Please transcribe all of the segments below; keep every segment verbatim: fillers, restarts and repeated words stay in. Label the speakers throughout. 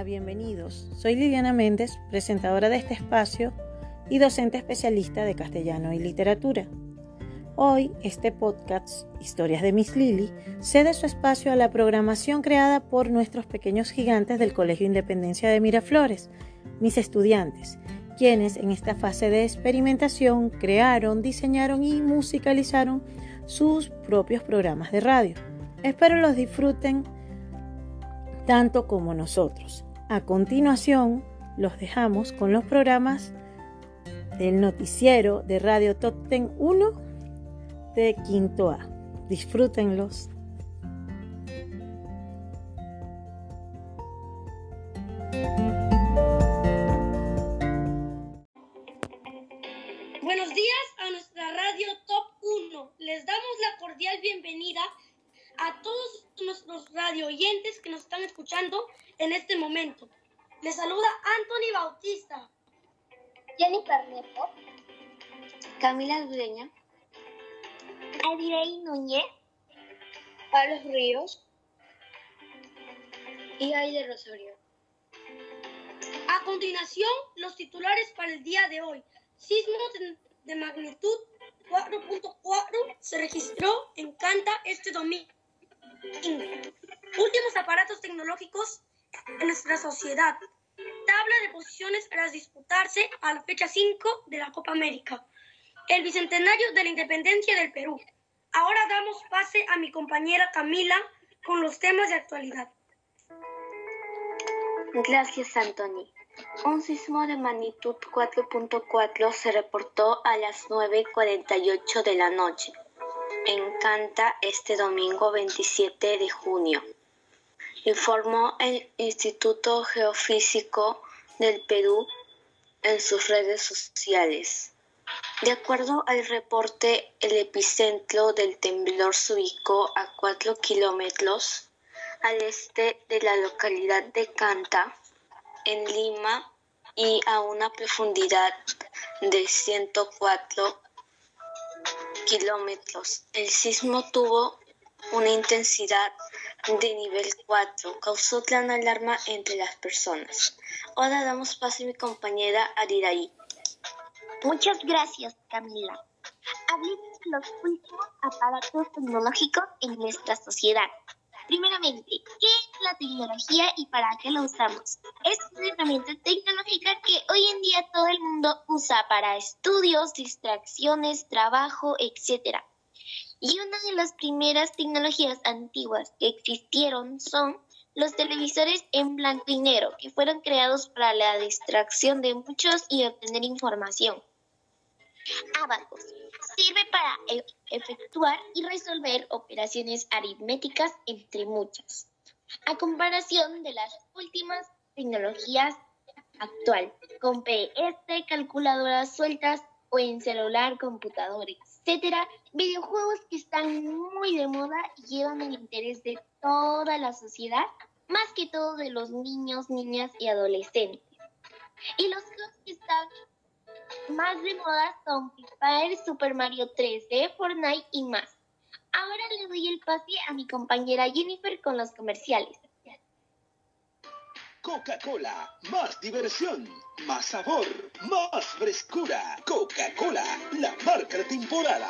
Speaker 1: bienvenidos. Soy Liliana Méndez, presentadora de este espacio y docente especialista de castellano y literatura. Hoy, este podcast, Historias de Miss Lili, cede su espacio a la programación creada por nuestros pequeños gigantes del Colegio Independencia de Miraflores, mis estudiantes, quienes en esta fase de experimentación crearon, diseñaron y musicalizaron sus propios programas de radio. Espero los disfruten tanto como nosotros. A continuación, los dejamos con los programas del noticiero de Radio Top Ten uno de Quinto A. Disfrútenlos.
Speaker 2: Buenos días a nuestra Radio Top uno. Les damos la cordial bienvenida a todos nuestros radio oyentes que nos están escuchando en este momento. Les saluda Anthony Bautista,
Speaker 3: Jennifer Neto,
Speaker 4: Camila Dureña,
Speaker 3: Adirey Núñez,
Speaker 4: Carlos Ríos y Aide Rosario.
Speaker 2: A continuación, los titulares para el día de hoy. Sismo de, de magnitud cuatro punto cuatro se registró en Canta este domingo. Últimos aparatos tecnológicos en nuestra sociedad. Tabla de posiciones tras disputarse a la fecha cinco de la Copa América. El bicentenario de la independencia del Perú. Ahora damos pase a mi compañera Camila con los temas de actualidad.
Speaker 4: Gracias, Anthony. Un sismo de magnitud cuatro punto cuatro se reportó a las nueve y cuarenta y ocho de la noche en Canta este domingo veintisiete de junio, informó el Instituto Geofísico del Perú en sus redes sociales. De acuerdo al reporte, el epicentro del temblor se ubicó a cuatro kilómetros al este de la localidad de Canta, en Lima, y a una profundidad de ciento cuatro kilómetros. El sismo tuvo una intensidad de nivel cuatro, causó gran alarma entre las personas. Ahora damos paso a mi compañera Ariray.
Speaker 3: Muchas gracias, Camila. Hablemos de los últimos aparatos tecnológicos en nuestra sociedad. Primeramente, ¿qué es la tecnología y para qué la usamos? Es una herramienta tecnológica que hoy en día todo el mundo usa para estudios, distracciones, trabajo, etcétera. Y una de las primeras tecnologías antiguas que existieron son los televisores en blanco y negro, que fueron creados para la distracción de muchos y obtener información. Abacus sirve para e- efectuar y resolver operaciones aritméticas, entre muchas. A comparación de las últimas tecnologías actual, con P S, calculadoras sueltas o en celular, computador, etcétera, videojuegos que están muy de moda y llevan el interés de toda la sociedad, más que todo de los niños, niñas y adolescentes. Y los juegos que están más de moda son Free Fire, Super Mario tres D, Fortnite y más. Ahora le doy el pase a mi compañera Jennifer con los comerciales.
Speaker 5: Coca-Cola, más diversión, más sabor, más frescura. Coca-Cola, la marca de temporada.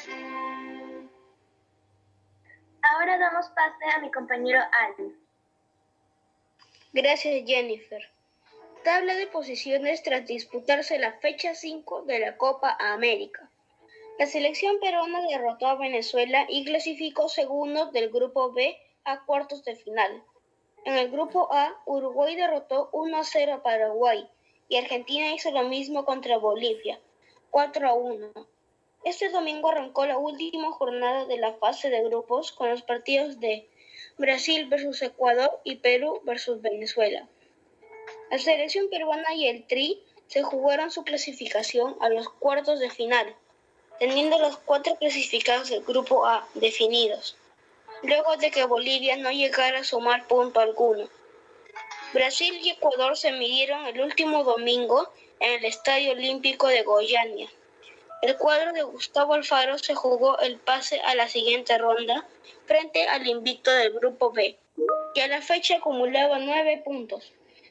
Speaker 3: Ahora damos pase a mi compañero Ali.
Speaker 2: Gracias, Jennifer. Tabla de posiciones tras disputarse la fecha cinco de la Copa América. La selección peruana derrotó a Venezuela y clasificó segundo del grupo B a cuartos de final. En el grupo A, Uruguay derrotó uno a cero a Paraguay y Argentina hizo lo mismo contra Bolivia, cuatro a uno. Este domingo arrancó la última jornada de la fase de grupos con los partidos de Brasil versus Ecuador y Perú versus Venezuela. La selección peruana y el Tri se jugaron su clasificación a los cuartos de final, teniendo los cuatro clasificados del grupo A definidos, luego de que Bolivia no llegara a sumar punto alguno. Brasil y Ecuador se midieron el último domingo en el Estadio Olímpico de Goiânia. El cuadro de Gustavo Alfaro se jugó el pase a la siguiente ronda frente al invicto del grupo B, que a la fecha acumulaba nueve puntos.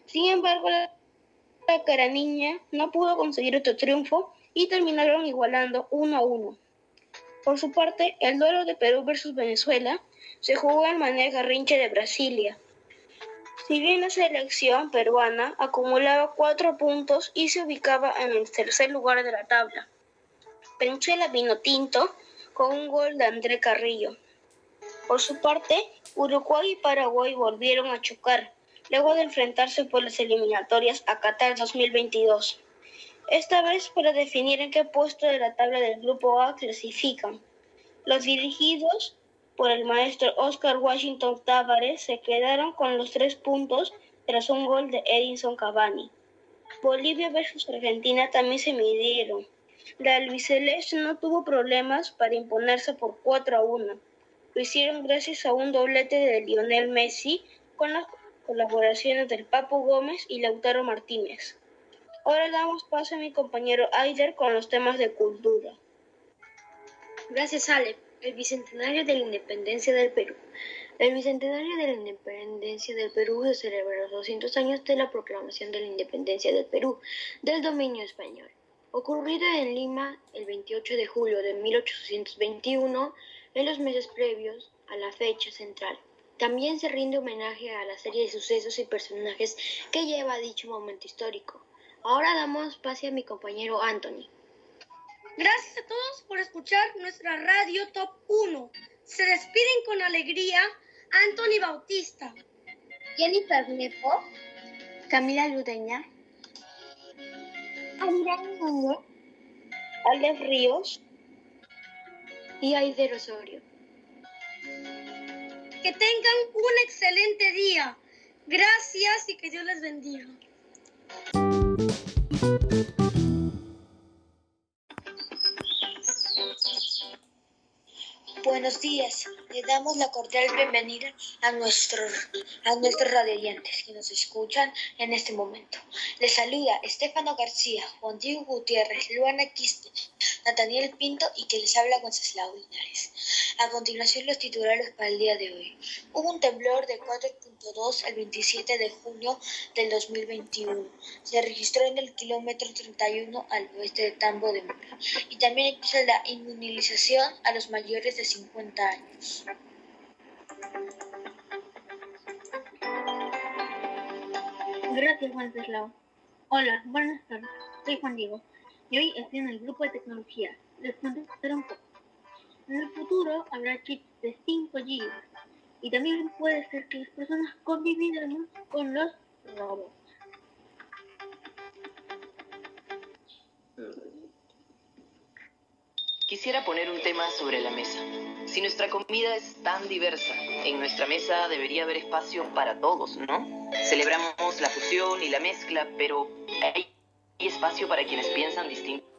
Speaker 2: Sin embargo, la caraniña no pudo conseguir otro triunfo y terminaron igualando uno a uno. Por su parte, el duelo de Perú versus Venezuela se jugó en Mané Garrincha de Brasilia. Si bien la selección peruana acumulaba cuatro puntos y se ubicaba en el tercer lugar de la tabla, Venezuela vino tinto con un gol de André Carrillo. Por su parte, Uruguay y Paraguay volvieron a chocar, luego de enfrentarse por las eliminatorias a Qatar dos mil veintidós. Esta vez para definir en qué puesto de la tabla del Grupo A clasifican. Los dirigidos por el maestro Oscar Washington Távares se quedaron con los tres puntos tras un gol de Edinson Cavani. Bolivia versus Argentina también se midieron. La albiceleste no tuvo problemas para imponerse por cuatro a uno. Lo hicieron gracias a un doblete de Lionel Messi con las colaboraciones del Papu Gómez y Lautaro Martínez. Ahora damos paso a mi compañero Aider con los temas de cultura.
Speaker 6: Gracias, Ale. El Bicentenario de la Independencia del Perú. El Bicentenario de la Independencia del Perú se celebra los doscientos años de la proclamación de la independencia del Perú del dominio español. Ocurrido en Lima el veintiocho de julio de mil ochocientos veintiuno, en los meses previos a la fecha central. También se rinde homenaje a la serie de sucesos y personajes que lleva a dicho momento histórico. Ahora damos pase a mi compañero Anthony.
Speaker 7: Gracias a todos por escuchar nuestra radio Top uno. Se despiden con alegría Anthony Bautista,
Speaker 3: Jennifer Nepo,
Speaker 4: Camila Ludeña,
Speaker 3: Adrián Núñez,
Speaker 2: Alex Ríos
Speaker 4: y Aider Osorio.
Speaker 7: que tengan un excelente día. Gracias y que Dios les bendiga.
Speaker 8: Buenos días, le damos la cordial bienvenida a, nuestro, a nuestros radioyentes que nos escuchan en este momento. Les saluda Estefano García, Juan Diego Gutiérrez, Luana Quispe, Nathaniel Pinto y que les habla Wenceslao Linares. A continuación los titulares para el día de hoy. Hubo un temblor de cuatro punto dos el veintisiete de junio del dos mil veintiuno. Se registró en el kilómetro treinta y uno al oeste de Tambo de Mora. Y también empieza la inmunización a los mayores de cincuenta años.
Speaker 9: Gracias, Wenceslao. Hola, buenas tardes. Soy Juan Diego y hoy estoy en el grupo de tecnología. Les contaré un poco. En el futuro habrá chips de cinco gigas y también puede ser que las personas convivirán con los robots.
Speaker 10: Quisiera poner un tema sobre la mesa. Si nuestra comida es tan diversa, en nuestra mesa debería haber espacio para todos, ¿no? Celebramos la fusión y la mezcla, pero ¿hay espacio para quienes piensan distinto?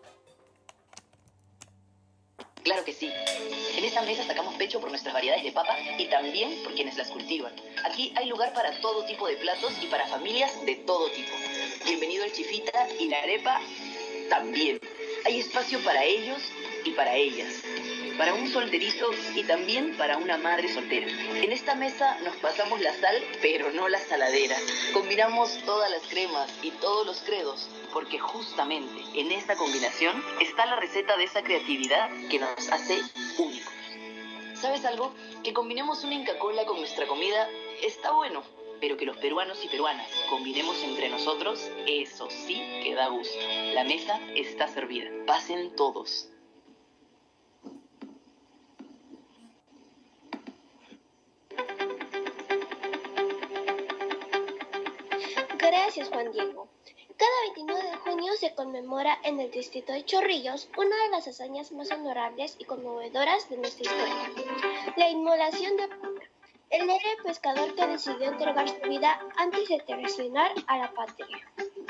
Speaker 10: Claro que sí. En esta mesa sacamos pecho por nuestras variedades de papa y también por quienes las cultivan. Aquí hay lugar para todo tipo de platos y para familias de todo tipo. Bienvenido el chifita y la arepa también. Hay espacio para ellos y para ellas, para un solterizo y también para una madre soltera. En esta mesa nos pasamos la sal, pero no la saladera. Combinamos todas las cremas y todos los credos, porque justamente en esta combinación está la receta de esa creatividad que nos hace únicos. ¿Sabes algo? Que combinemos una Inca Kola con nuestra comida está bueno, pero que los peruanos y peruanas combinemos entre nosotros, eso sí que da gusto. La mesa está servida. Pasen todos.
Speaker 3: Gracias, Juan Diego. Cada veintinueve de junio se conmemora en el distrito de Chorrillos una de las hazañas más honorables y conmovedoras de nuestra historia, la inmolación de Apuca, el héroe pescador que decidió entregar su vida antes de traicionar a la patria.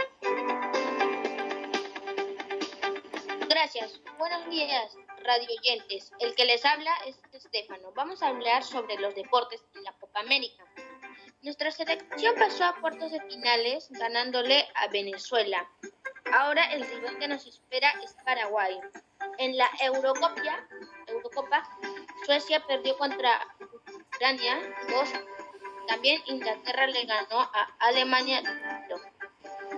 Speaker 11: Gracias. Buenos días, radio oyentes. El que les habla es Estefano. Vamos a hablar sobre los deportes en la Copa América. Nuestra selección pasó a cuartos de finales ganándole a Venezuela. Ahora el rival que nos espera es Paraguay. En la Eurocopa, Eurocopa Suecia perdió contra Ucrania dos. También Inglaterra le ganó a Alemania.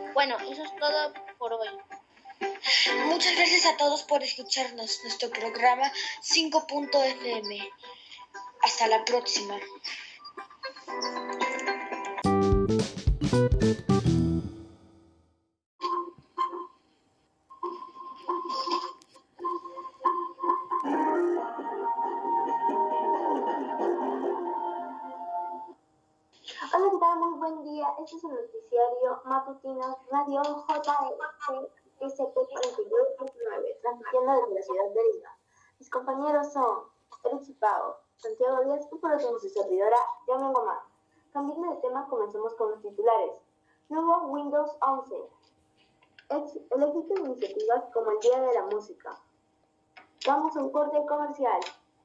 Speaker 11: Bueno, eso es todo por hoy.
Speaker 8: Muchas gracias a todos por escucharnos nuestro programa cinco punto F M. Hasta la próxima.
Speaker 12: Hola, ¿qué tal? Muy buen día. Este es el noticiario matutino Radio J S P cuarenta y nueve punto nueve, transmitiendo desde la ciudad de Lima. Mis compañeros son Eric Chipao, Santiago Díaz y por último su servidora, Yami Gomán. Cambiando de tema, comencemos con los titulares. Nuevo Windows once. Ex el éxito de iniciativas como el Día de la Música. Vamos a un corte comercial.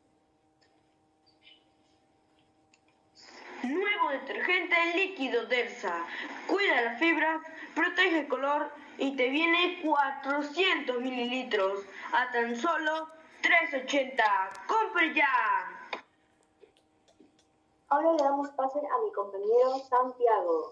Speaker 13: Nuevo detergente líquido Delsa. Cuida las fibras, protege el color y te viene cuatrocientos mililitros a tan solo tres ochenta. ¡Compre ya!
Speaker 12: Ahora le damos pase a mi compañero Santiago.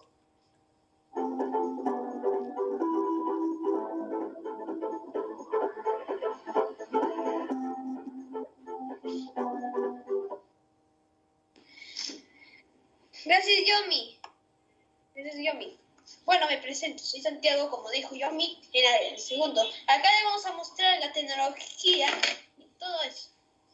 Speaker 2: Gracias, Yomi. Gracias, Yomi. Bueno, me presento. Soy Santiago, como dijo Yomi, era el segundo. Acá le vamos a mostrar la tecnología y todo eso.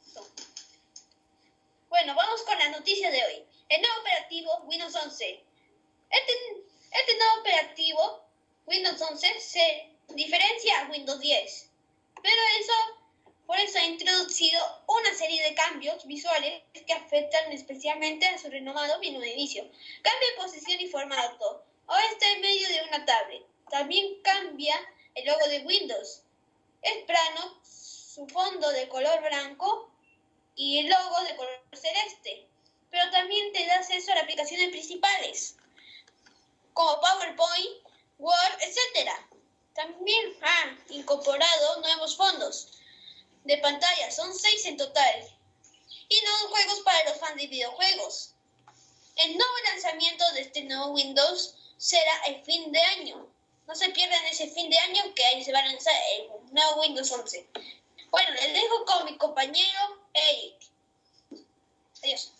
Speaker 2: Bueno, vamos con la noticia de hoy. El nuevo operativo Windows once. Este, este nuevo operativo Windows once se diferencia a Windows diez. Pero eso, por eso ha introducido una serie de cambios visuales que afectan especialmente a su renomado menú de inicio. Cambia de posición y formato. Ahora está en medio de una tablet. También cambia el logo de Windows. Es plano, su fondo de color blanco y el logo de color celeste. Pero también te da acceso a las aplicaciones principales, como PowerPoint, Word, etcétera. También han incorporado nuevos fondos de pantalla, son seis en total, y nuevos juegos para los fans de videojuegos. El nuevo lanzamiento de este nuevo Windows será el fin de año. No se pierdan ese fin de año, que ahí se va a lanzar el nuevo Windows once. Bueno, les dejo con mi compañero Eric. Adiós.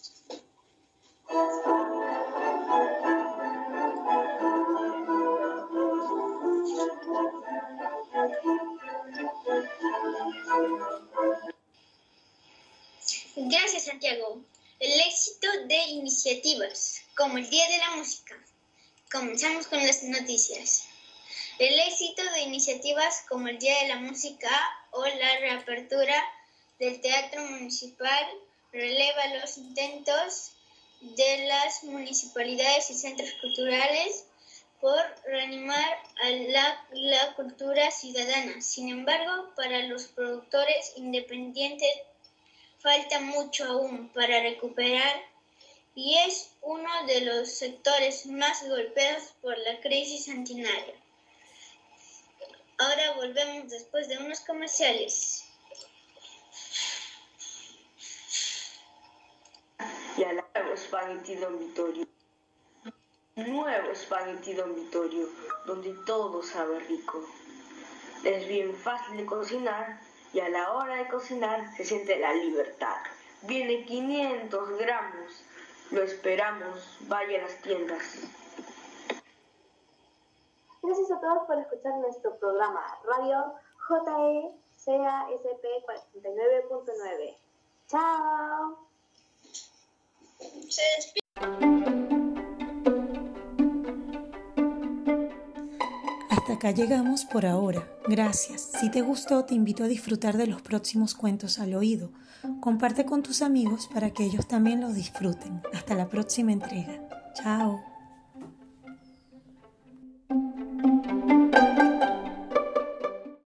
Speaker 3: Gracias, Santiago. El éxito de iniciativas como el Día de la Música. Comenzamos con las noticias. El éxito de iniciativas como el Día de la Música o la reapertura del Teatro Municipal releva los intentos de las municipalidades y centros culturales por reanimar a la, la cultura ciudadana. Sin embargo, para los productores independientes falta mucho aún para recuperar y es uno de los sectores más golpeados por la crisis sanitaria. Ahora volvemos después de unos comerciales.
Speaker 13: Y al nuevo Spaghetti Dormitorio. Nuevo Spaghetti Dormitorio, donde todo sabe rico. Es bien fácil de cocinar y a la hora de cocinar se siente la libertad. Viene quinientos gramos. Lo esperamos. Vaya a las tiendas.
Speaker 12: Gracias a todos por escuchar nuestro programa Radio J E C A S P cuarenta y nueve punto nueve. ¡Chao!
Speaker 2: Se despide.
Speaker 1: Hasta acá llegamos por ahora. Gracias. Si te gustó, te invito a disfrutar de los próximos cuentos al oído. Comparte con tus amigos para que ellos también los disfruten. Hasta la próxima entrega. Chao.